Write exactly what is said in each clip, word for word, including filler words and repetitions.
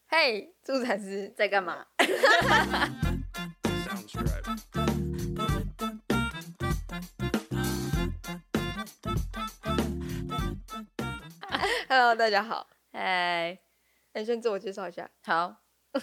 嘿，助产师在干嘛 ？Hello， 大家好。 嗨， 你先自我介绍一下。 好。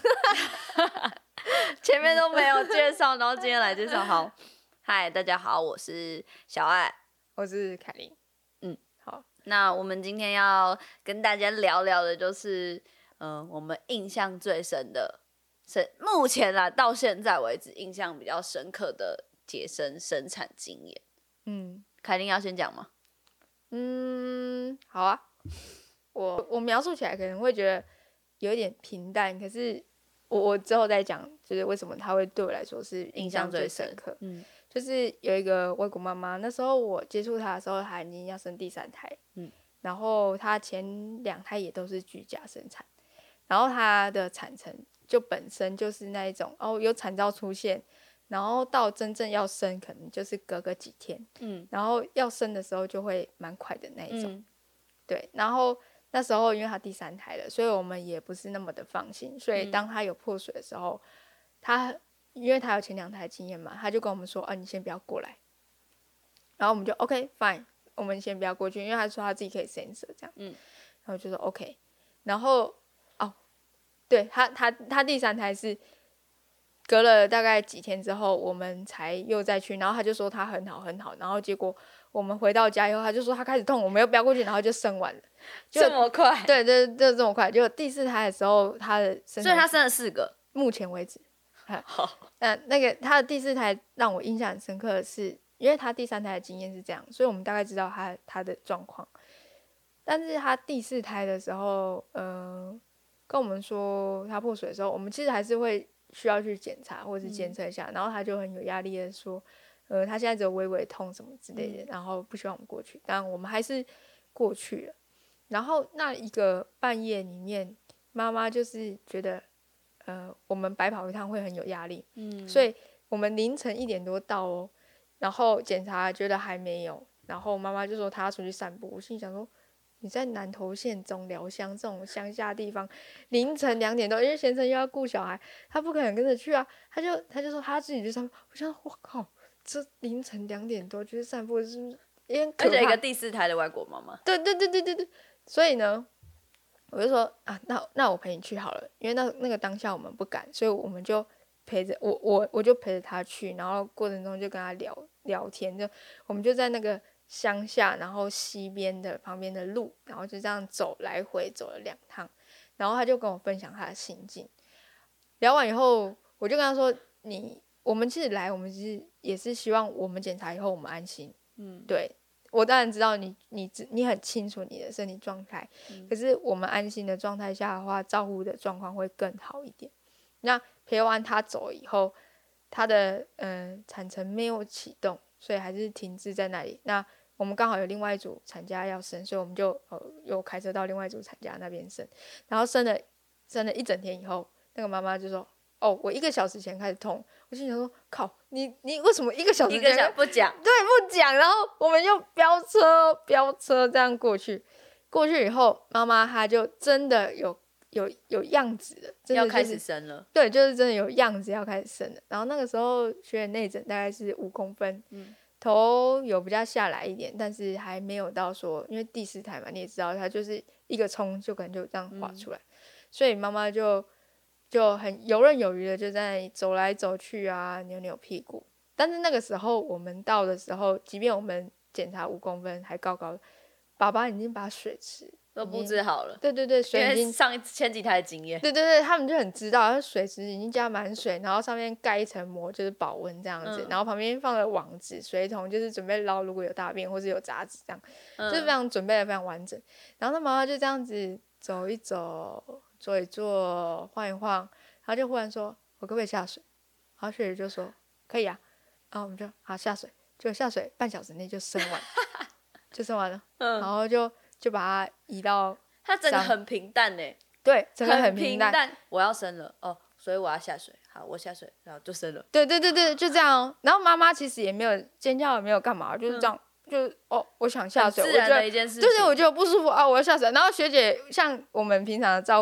前面都没有介绍，然后今天来介绍。好，嗨，大家好，我是小爱， 我是凯琳。 嗯， 好。 那我们今天要跟大家聊聊的就是，嗯、呃，我们印象最深的，是目前啦到现在为止印象比较深刻的接生生产经验。 嗯， 凯琳要先讲吗？ 嗯，好啊。我我描述起来可能会觉得有一点平淡，可是我我之后再讲，就是为什么它会对我来说是印象最深刻。 嗯， 就是有一个外国妈妈，那时候我接触她的时候，她已经要生第三胎，嗯，然后她前两胎也都是居家生产，然后她的产程就本身就是那一种哦，有产兆出现，然后到真正要生可能就是隔个几天，嗯，然后要生的时候就会蛮快的那一种，嗯，对，然后那时候因为她第三胎了，所以我们也不是那么的放心，所以当她有破水的时候，她因为她有前两胎的经验嘛，她就跟我们说，啊，你先不要过来，然后我们就 OK fine， 我们先不要过去，因为她说她自己可以 sensor 这样，嗯，然后就说 OK， 然后哦，对，她她她第三胎是隔了大概几天之后，我们才又再去，然后她就说她很好很好，然后结果我们回到家以后，她就说她开始痛，我们又不要过去，然后就生完了， 这么快？ 对对对，就这么快。就第四胎的时候，她的生产， 所以她生了四个， 目前为止。好，那那个她的第四胎让我印象很深刻的是，因为她第三胎的经验是这样，所以我们大概知道她她的状况。但是她第四胎的时候，呃，跟我们说她破水的时候，我们其实还是会需要去检查或是监测一下，嗯，然后她就很有压力的说，呃，她现在只有微微痛什么之类的，嗯，然后不希望我们过去，但我们还是过去了。然后那一个半夜里面，妈妈就是觉得，呃，我们白跑一趟会很有压力，嗯，所以我们凌晨一点多到哦，然后检查觉得还没有，然后妈妈就说她要出去散步。我心里想说，你在南投县中寮乡这种乡下地方，凌晨两点多，因为先生又要顾小孩，他不可能跟着去啊，他就他就说他自己去散步。我想，我靠，这凌晨两点多就是散步，是不是有点可怕？ 而且一个第四胎的外国妈妈。 对对对对对对，所以呢，我就说啊，那那我陪你去好了，因为那那个当下我们不敢，所以我们就陪着我我我就陪着他去，然后过程中就跟他聊聊天，就我们就在那个乡下，然后西边的旁边的路，然后就这样走来回走了两趟，然后他就跟我分享他的心境。聊完以后，我就跟他说，你我们其实来，我们其实也是希望我们检查以后我们安心，嗯，对。我当然知道你你你很清楚你的身体状态，嗯，可是我们安心的状态下的话，照顾的状况会更好一点。那陪完他走以后，他的嗯、呃、产程没有启动，所以还是停滞在那里。那我们刚好有另外一组产家要生，所以我们就呃又开车到另外一组产家那边生。然后生了生了一整天以后，那个妈妈就说：“哦，我一个小时前开始痛。”我心想说：“靠，你你为什么一个小时前一个小时不讲？ 对，不讲。”然后我们就飙车飙车这样过去。过去以后，妈妈她就真的有有有样子了，真的、就是、 要开始生了。 对，就是真的有样子要开始生了。然后那个时候血眼内诊大概是五公分，嗯，头有比较下来一点，但是还没有到说，因为第四胎嘛，你也知道，它就是一个冲就可能就这样滑出来，嗯，所以妈妈就就很游刃有余的就在那里走来走去啊，扭扭屁股。但是那个时候我们到的时候，即便我们检查五公分还高高的，爸爸已经把水池都布置好了。 对对对，水已经因为上前几胎的经验。 对对对，他们就很知道，水池已经加满水，然后上面盖一层膜，就是保温这样子，嗯，然后旁边放了网子、水桶，就是准备捞如果有大便或是有杂质这样，嗯，就是非常准备的非常完整。然后他妈妈就这样子走一走，坐一坐，晃一晃，然后就忽然说：“我可不可以下水？”然后雪雪就说：“可以啊。”然后我们就好下水，就下水半小时内就生完，就生完了，嗯，然后就就把它移到。 它整个很平淡耶， 对，整个很平淡。 平淡我要生了哦，所以我要下水。好，我下水，然后就生了。 对对对对，就这样哦。然后妈妈其实也没有尖叫，也没有干嘛，就是这样，嗯，就是哦，我想下水， 很自然的一件事情。 对对，我觉得不舒服啊，我要下水。然后学姐像我们平常的照顾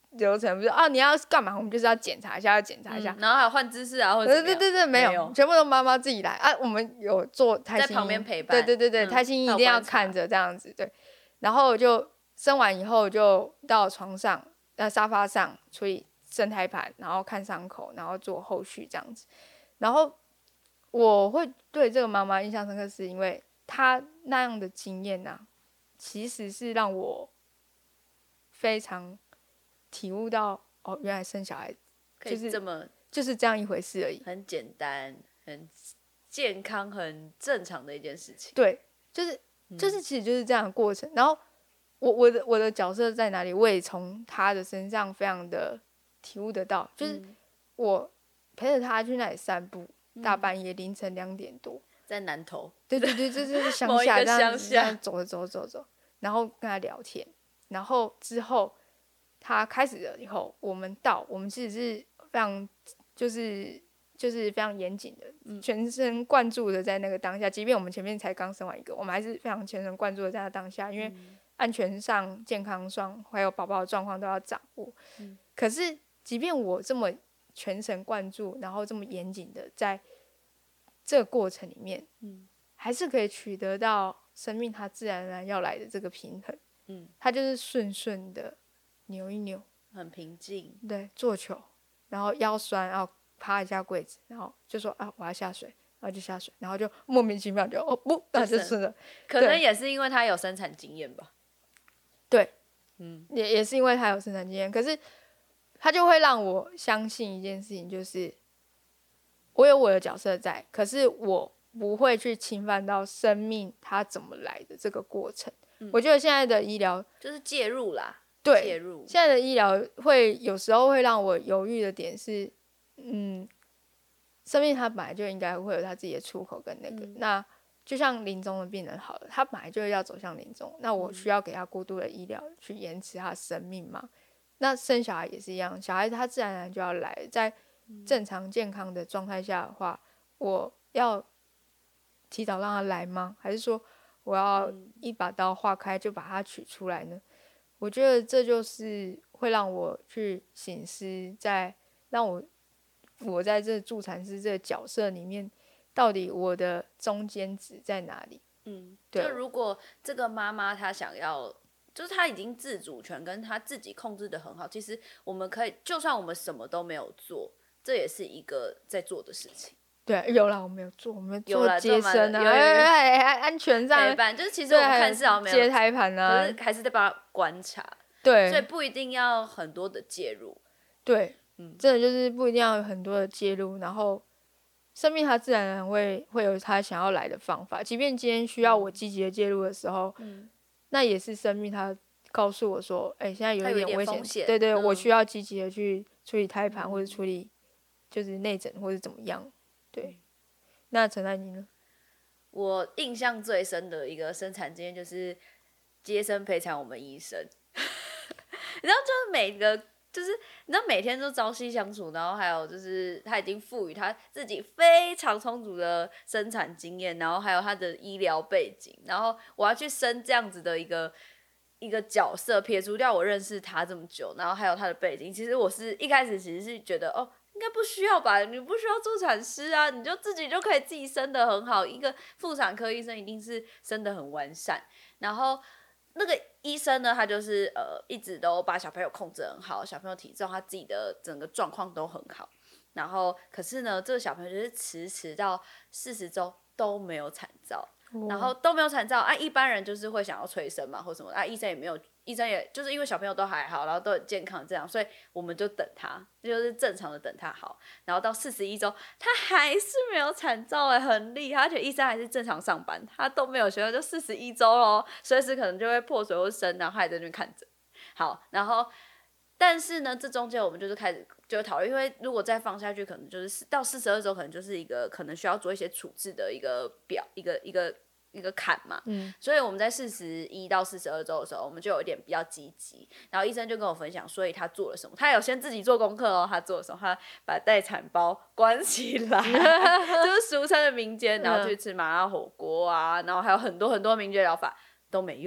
流程，不是啊，你要干嘛，我们就是要检查一下，要检查一下， 嗯、然后还有换姿势啊，或者对对对对，没有， 没有全部都妈妈自己来啊。我们有做胎心在旁边陪伴， 对对对对， 嗯、 胎心一定要看着这样子，对。然后就生完以后就到床上，呃沙发上处理生胎盘，然后看伤口，然后做后续这样子。然后我会对这个妈妈印象深刻，是因为她那样的经验啊，其实是让我非常体悟到，哦，原来生小孩可以这么就是这样一回事而已， 很简单、很健康、很正常的一件事情。 对，就是就是其实就是这样的过程。然后我我的我的角色在哪里，我也从他的身上非常的体悟得到，就是我陪着他去那里散步，嗯、大半夜凌晨两点多， 在南投， 对对对，就是乡下这样子，这样走着走走走，然后跟他聊天，然后之后他开始了以后，我们到我们其实是非常就是就是非常严谨的，嗯、全神贯注的在那个当下，即便我们前面才刚生完一个，我们还是非常全神贯注的在那当下，因为安全上、健康上还有宝宝的状况都要掌握。嗯、可是即便我这么全神贯注，然后这么严谨的在这个过程里面，嗯、还是可以取得到生命它自然而然要来的这个平衡。嗯，它就是顺顺的扭一扭， 很平静。 对，做球，然后腰酸，然后趴一下柜子，然后就说啊我要下水，然后就下水，然后就莫名其妙就哦不，然后就顺了。 可能也是因为他有生产经验吧。 对，嗯，也也是因为他有生产经验，可是他就会让我相信一件事情，就是我有我的角色在，可是我不会去侵犯到生命它怎么来的这个过程。嗯、我觉得现在的医疗就是介入啦， 对， 介入。 现在的医疗会有时候会让我犹豫的点是，嗯，生命它本来就应该会有它自己的出口跟那个，嗯、那就像临终的病人好了，他本来就要走向临终，那我需要给他过度的医疗去延迟他的生命吗？那生小孩也是一样，小孩他自然而然就要来，在正常健康的状态下的话，我要提早让他来吗？还是说我要一把刀划开就把它取出来呢？我觉得这就是会让我去省思，在让我我在这助产师这个角色里面，到底我的中间值在哪里？ 嗯，对。就如果这个妈妈她想要，就是她已经自主权跟她自己控制得很好，其实我们可以，就算我们什么都没有做，这也是一个在做的事情。 对，有啦，我们有做，我们做接生啊，还安全上陪伴，就是其实我们看似好像没有接胎盘啊， 可是还是得帮他观察。 对， 所以不一定要很多的介入。 对，嗯，真的就是不一定要有很多的介入，然后生命它自然而然会会有它想要来的方法，即便今天需要我积极的介入的时候，嗯，那也是生命它告诉我说，哎、欸，现在有一点危险，对对，嗯、我需要积极的去处理胎盘、嗯、或者处理就是内诊或者怎么样，对。嗯、那陈安妮呢？ 我印象最深的一个生产经验就是接生陪产我们医生。你知道，就是每个，就是你知道每天都朝夕相处，然后还有就是他已经赋予他自己非常充足的生产经验，然后还有他的医疗背景，然后我要去生这样子的一个一个角色，撇除掉我认识他这么久，然后还有他的背景，其实我是一开始其实是觉得哦，应该不需要吧，你不需要助产师啊，你就自己就可以自己生得很好，一个妇产科医生一定是生得很完善，然后。那个医生呢，他就是呃一直都把小朋友控制很好，小朋友体重他自己的整个状况都很好，然后可是呢，这个小朋友就是迟迟到四十周都没有产兆，哦、然后都没有产兆啊，一般人就是会想要催生嘛或什么啊，医生也没有，医生也就是因为小朋友都还好，然后都很健康这样，所以我们就等他，就是正常的等他好，然后到四十一周他还是没有产兆哎，很厉害，而且医生还是正常上班，他都没有学到，就四十一周咯，随时可能就会破水或生，然后他还在那边看着。好，然后但是呢，这中间我们就是开始就讨论，因为如果再放下去，可能就是到四十二周，可能就是一个可能需要做一些处置的一个表，一个一个。一个坎嘛，嗯，所以我们在四十一到四十二周的时候，我们就有一点比较积极，然后医生就跟我分享，所以他做了什么，他有先自己做功课哦，他做了什么，他把待产包关起来，就是俗称的民间，然后去吃麻辣火锅啊，然后还有很多很多民间疗法都没用，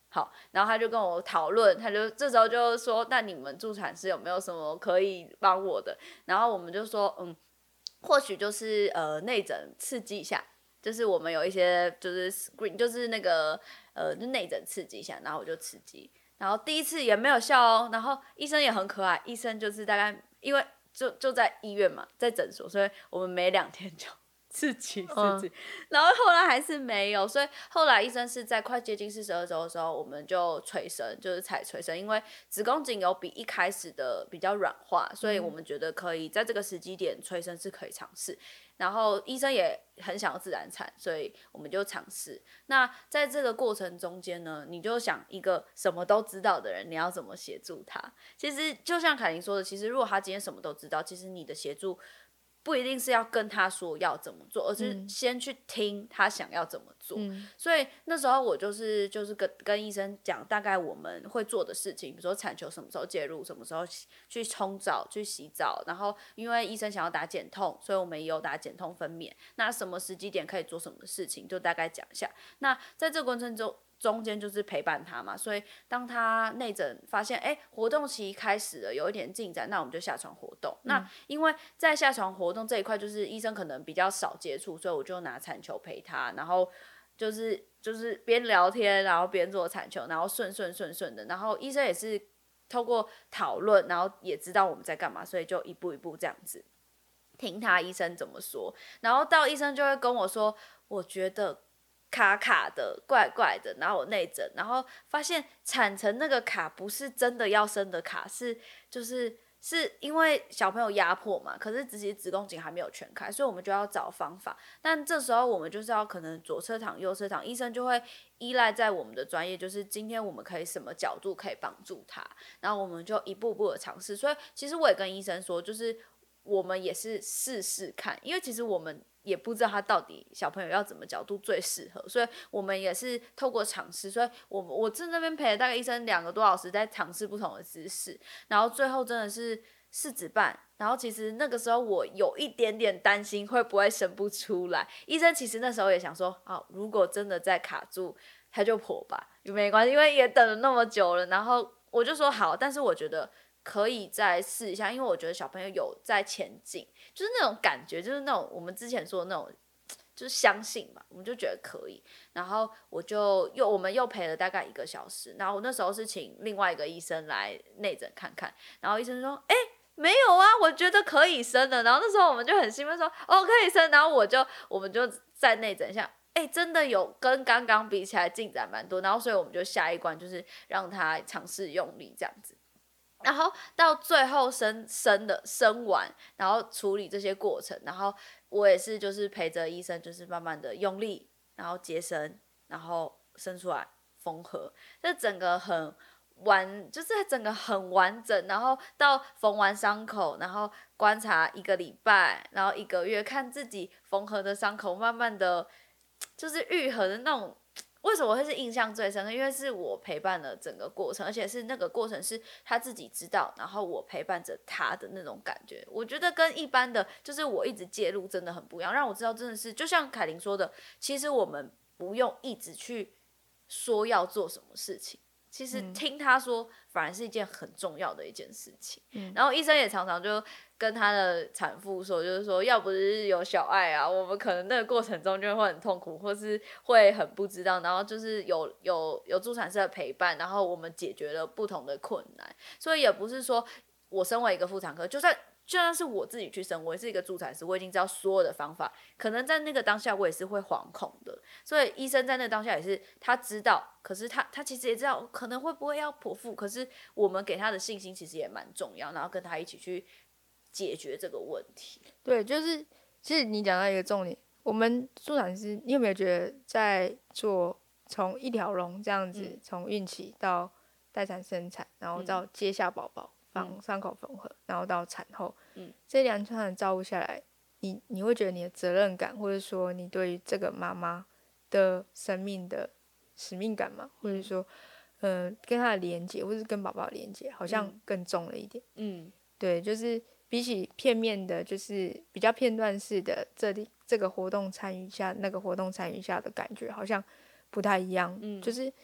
好，然后他就跟我讨论，他就这时候就说，那你们助产师有没有什么可以帮我的？然后我们就说，嗯，或许就是呃内诊刺激一下，就是我们有一些就是 screen， 就是那个呃就内诊刺激一下，然后我就刺激，然后第一次也没有效哦，然后医生也很可爱，医生就是大概因为就就在医院嘛，在诊所，所以我们每两天就刺激刺激， 嗯然后后来还是没有，所以后来医生是在快接近四十二周的时候，我们就催生，就是采催生，因为子宫颈有比一开始的比较软化，所以我们觉得可以在这个时机点催生是可以尝试。然后医生也很想要自然产，所以我们就尝试。那在这个过程中间呢，你就想一个什么都知道的人，你要怎么协助他？其实就像凯琳说的，其实如果他今天什么都知道，其实你的协助不一定是要跟他说要怎么做，而是先去听他想要怎么做。 嗯所以那时候我就是就是跟跟医生讲大概我们会做的事情，比如说产球什么时候介入，什么时候去冲澡、去洗澡，然后因为医生想要打减痛，所以我们也有打减痛分娩。那什么时机点可以做什么事情，就大概讲一下。那在这个过程中。中间就是陪伴他嘛，所以当他内诊发现，哎，活动期开始了，有一点进展，那我们就下床活动。嗯、那因为在下床活动这一块，就是医生可能比较少接触，所以我就拿产球陪他，然后就是就是边聊天，然后边做产球，然后顺顺顺顺的，然后医生也是透过讨论，然后也知道我们在干嘛，所以就一步一步这样子听他医生怎么说，然后到医生就会跟我说，我觉得。卡卡的，怪怪的，然后我内诊，然后发现产程那个卡不是真的要生的卡，是就是是因为小朋友压迫嘛，可是自己子宫颈还没有全开，所以我们就要找方法。但这时候我们就是要可能左侧躺、右侧躺，医生就会依赖在我们的专业，就是今天我们可以什么角度可以帮助他，然后我们就一步步的尝试。所以其实我也跟医生说，就是我们也是试试看，因为其实我们。也不知道他到底小朋友要怎么角度最适合，所以我们也是透过尝试，所以我我在那边陪了大概医生两个多小时，在尝试不同的姿势，然后最后真的是四指半，然后其实那个时候我有一点点担心会不会生不出来，医生其实那时候也想说，啊，如果真的再卡住，他就剖吧，也没关系，因为也等了那么久了，然后我就说好，但是我觉得。可以再试一下，因为我觉得小朋友有在前进，就是那种感觉，就是那种我们之前说的那种，就是相信嘛，我们就觉得可以。然后我就又我们又陪了大概一个小时，然后我那时候是请另外一个医生来内诊看看，然后医生说，哎、欸，没有啊，我觉得可以生的。然后那时候我们就很兴奋说，哦，可以生。然后我就我们就再内诊一下。哎、欸，真的有跟刚刚比起来进展蛮多，然后所以我们就下一关就是让他尝试用力这样子。然后到最后生生的生完，然后处理这些过程，然后我也是就是陪着医生，就是慢慢的用力，然后接生，然后生出来缝合，这整个很完，就是整个很完整，然后到缝完伤口，然后观察一个礼拜，然后一个月，看自己缝合的伤口慢慢的就是愈合的那种。为什么会是印象最深刻？因为是我陪伴了整个过程，而且是那个过程是他自己知道，然后我陪伴着他的那种感觉。我觉得跟一般的，就是我一直介入真的很不一样，让我知道真的是，就像凯琳说的，其实我们不用一直去说要做什么事情。其实听他说，反而是一件很重要的一件事情。嗯、然后医生也常常就跟他的产妇说，就是说，要不是有小爱啊，我们可能那个过程中就会很痛苦，或是会很不知道。然后就是有有有助产师的陪伴，然后我们解决了不同的困难。所以也不是说我身为一个妇产科，就算。就算是我自己去生，我也是一个助产师，我已经知道所有的方法，可能在那个当下我也是会惶恐的，所以医生在那个当下也是他知道，可是他他其实也知道可能会不会要剖腹，可是我们给他的信心其实也蛮重要，然后跟他一起去解决这个问题。 对，就是其实你讲到一个重点，我们助产师，你有没有觉得在做从一条龙这样子，从、嗯、孕期到待产生产，然后到接下宝宝。嗯防伤口缝合，然后到产后，嗯、这两串的照顾下来，你你会觉得你的责任感，或者说你对于这个妈妈的生命的使命感嘛，或者说，呃，跟她的连接，或者是跟宝宝的连接，好像更重了一点。嗯，对，就是比起片面的，就是比较片段式的，这里这个活动参与一下，那个活动参与一下的感觉，好像不太一样。嗯，就是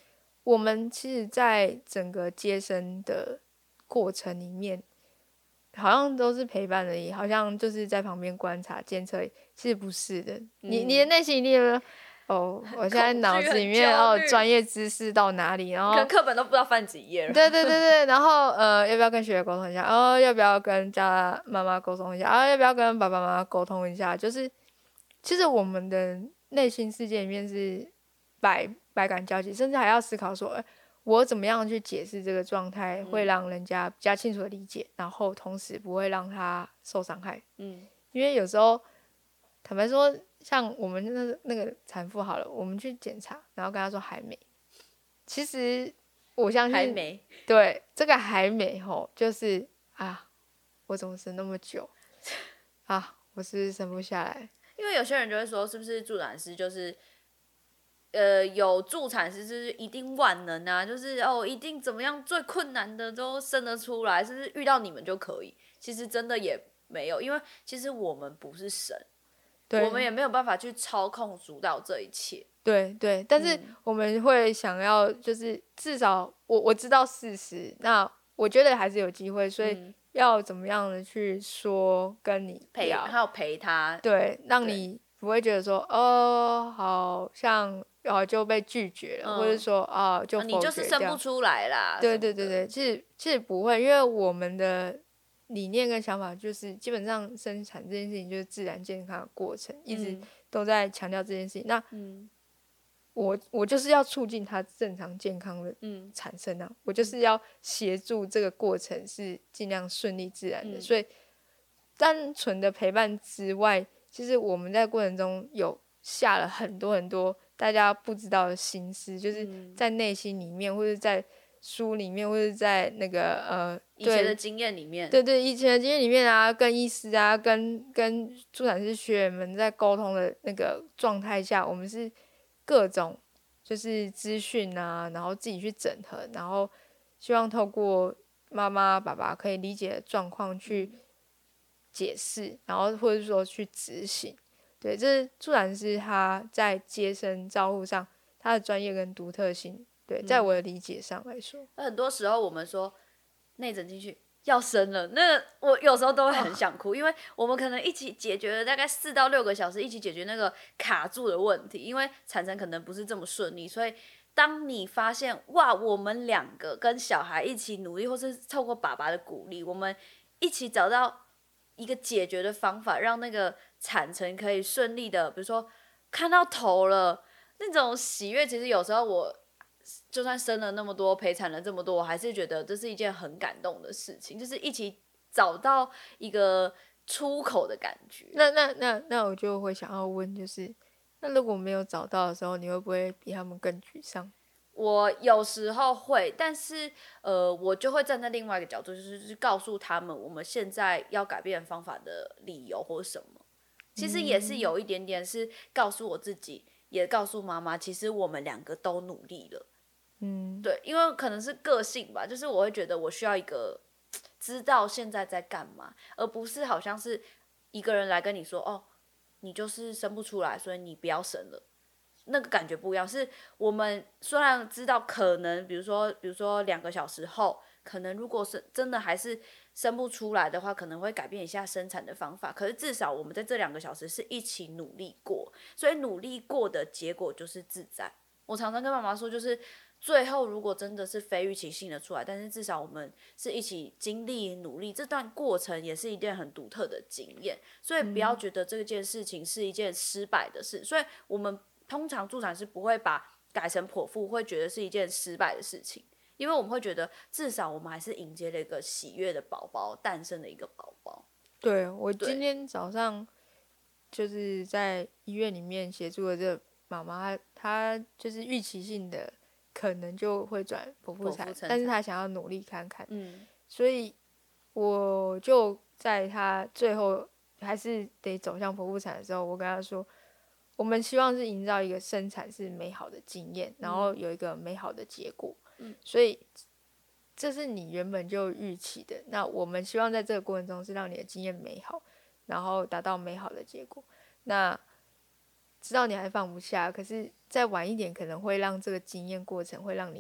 我们其实在整个接生的过程里面，好像都是陪伴而已，好像就是在旁边观察监测，其实不是的。你你的嗯， 内心一定有哦，我现在恐脑子里惧很面哦焦虑专业知识到哪里，然后可能课本都不知道翻几页了。 对对对对，然后呃，要不要跟学姐沟通一下？哦，要不要跟家妈妈沟通一下？啊，要不要跟爸爸妈妈沟通一下？就是其实我们的内心世界里面是百百感交集，甚至还要思考说，哎，我怎么样去解释这个状态，会嗯让人家比较清楚的理解，然后同时不会让他受伤害。 嗯因为有时候，坦白说，像我们那那个产妇好了，我们去检查，然后跟他说还没，其实我相信， 还没。 对这个还没吼，就是啊，我怎么生那么久啊？我是不是生不下来？ 因为有些人就会说，是不是助产师就是，呃，有助产师就是一定万能啊，就是哦，一定怎么样最困难的都生得出来，是不是遇到你们就可以？其实真的也没有，因为其实我们不是神，我们对也没有办法去操控主导这一切。 对对，但是嗯我们会想要，就是至少我我知道事实，那我觉得还是有机会，所以嗯， 要怎么样的去说跟你聊， 陪还有陪他。 对，让对， 你不会觉得说哦，好像哦就被拒绝了，或者嗯， 说啊就啊你否就是生不决掉。 出来啦对什么的。 对对对，其实其实不会，因为我们的理念跟想法就是，基本上生产这件事情就是自然健康的过程，一直嗯都在强调这件事情。那嗯我我就是要促进它正常健康的嗯产生啊，我就是要协助这个过程是尽量顺利自然的。 嗯所以单纯的陪伴之外，其实我们在过程中有下了很多很多大家不知道的心思，就是嗯， 在内心里面，或者在书里面，或者在那个呃， 以前的对经验里面。 对对，以前的经验里面啊，跟医师啊，跟跟助产士学员们在沟通的那个状态下，我们是各种就是资讯啊，然后自己去整合，然后希望透过妈妈爸爸可以理解的状况去解释，然后或者说去执行。对，这是助产师他在接生照护上他的专业跟独特性。对，在我的理解上来说， 很多时候我们说内诊进去要生了，那个我有时候都会很想哭，因为我们可能一起解决了大概四到六个小时，一起解决那个卡住的问题，因为产程可能不是这么顺利，所以当你发现哇，我们两个跟小孩一起努力，或是透过爸爸的鼓励，我们一起找到一个解决的方法，让那个产程可以顺利的，比如说看到头了，那种喜悦，其实有时候我就算生了那么多，陪产了这么多，我还是觉得这是一件很感动的事情，就是一起找到一个出口的感觉。 那那那那我就会想要问，就是那如果没有找到的时候，你会不会比他们更沮丧？ 我有时候会，但是呃，我就会站在另外一个角度，就是就是告诉他们我们现在要改变方法的理由或什么。其实也是有一点点是告诉我自己，也告诉妈妈，其实我们两个都努力了。 嗯， 对，因为可能是个性吧，就是我会觉得我需要一个知道现在在干嘛，而不是好像是一个人来跟你说，哦，你就是生不出来，所以你不要生了。那个感觉不一样，是我们虽然知道可能，比如说，比如说两个小时后，可能如果是真的还是生不出来的话，可能会改变一下生产的方法。可是至少我们在这两个小时是一起努力过，所以努力过的结果就是自在。我常常跟妈妈说，就是最后如果真的是非预期性的出来，但是至少我们是一起经历努力，这段过程也是一件很独特的经验。所以不要觉得这件事情是一件失败的事，所以我们。通常助产师不会把改成剖腹，会觉得是一件失败的事情，因为我们会觉得至少我们还是迎接了一个喜悦的宝宝诞生的一个宝宝。 对，我今天早上就是在医院里面协助的这个妈妈，她就是预期性的可能就会转剖腹产，但是她想要努力看看， 嗯， 所以我就在她最后还是得走向剖腹产的时候，我跟她说。我们希望是营造一个生产是美好的经验，然后有一个美好的结果。 嗯， 所以这是你原本就预期的。那我们希望在这个过程中是让你的经验美好，然后达到美好的结果。那知道你还放不下，可是再晚一点可能会让这个经验过程会让你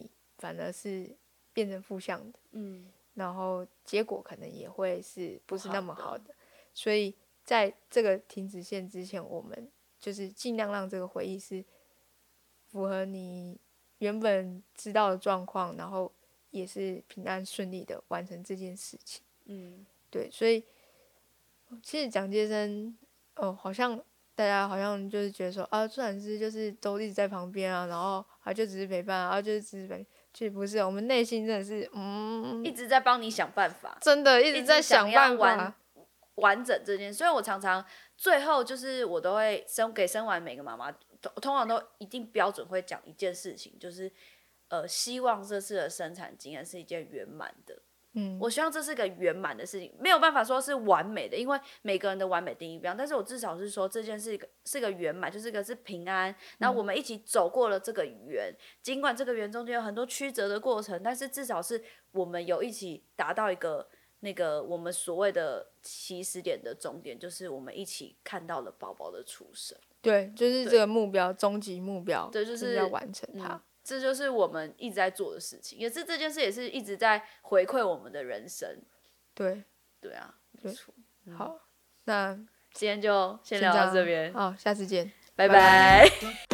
反而是变成负向的， 嗯， 然后结果可能也会是不是那么好的， 好的所以在这个停止线之前，我们就是尽量让这个回忆是符合你原本知道的状况，然后也是平安顺利的完成这件事情。 嗯， 对，所以其实蒋介生，哦，好像大家好像就是觉得说啊，助产师就是都一直在旁边啊，然后啊就只是陪伴啊，啊就是只是陪，其实不是，我们内心真的是嗯， 一直在帮你想办法， 真的一一直在想办完法。 完整这件事，所以我常常最后就是我都会生给生完每个妈妈，通通常都一定标准会讲一件事情，就是呃希望这次的生产经验是一件圆满的。 嗯， 我希望这是个圆满的事情，没有办法说是完美的，因为每个人的完美定义不一样。但是我至少是说这件事个是个圆满，就是个是平安。然后我们一起走过了这个圆，尽管这个圆中间有很多曲折的过程，但是至少是我们有一起达到一个那个我们所谓的起始点的终点，就是我们一起看到了宝宝的出生。 对，就是这个目标，终极目标， 对，就是要完成它。 嗯这就是我们一直在做的事情，也是这件事也是一直在回馈我们的人生。 对， 对啊， 对没错。 好，那今天就先聊先这样到这边， 好，下次见， 拜拜拜拜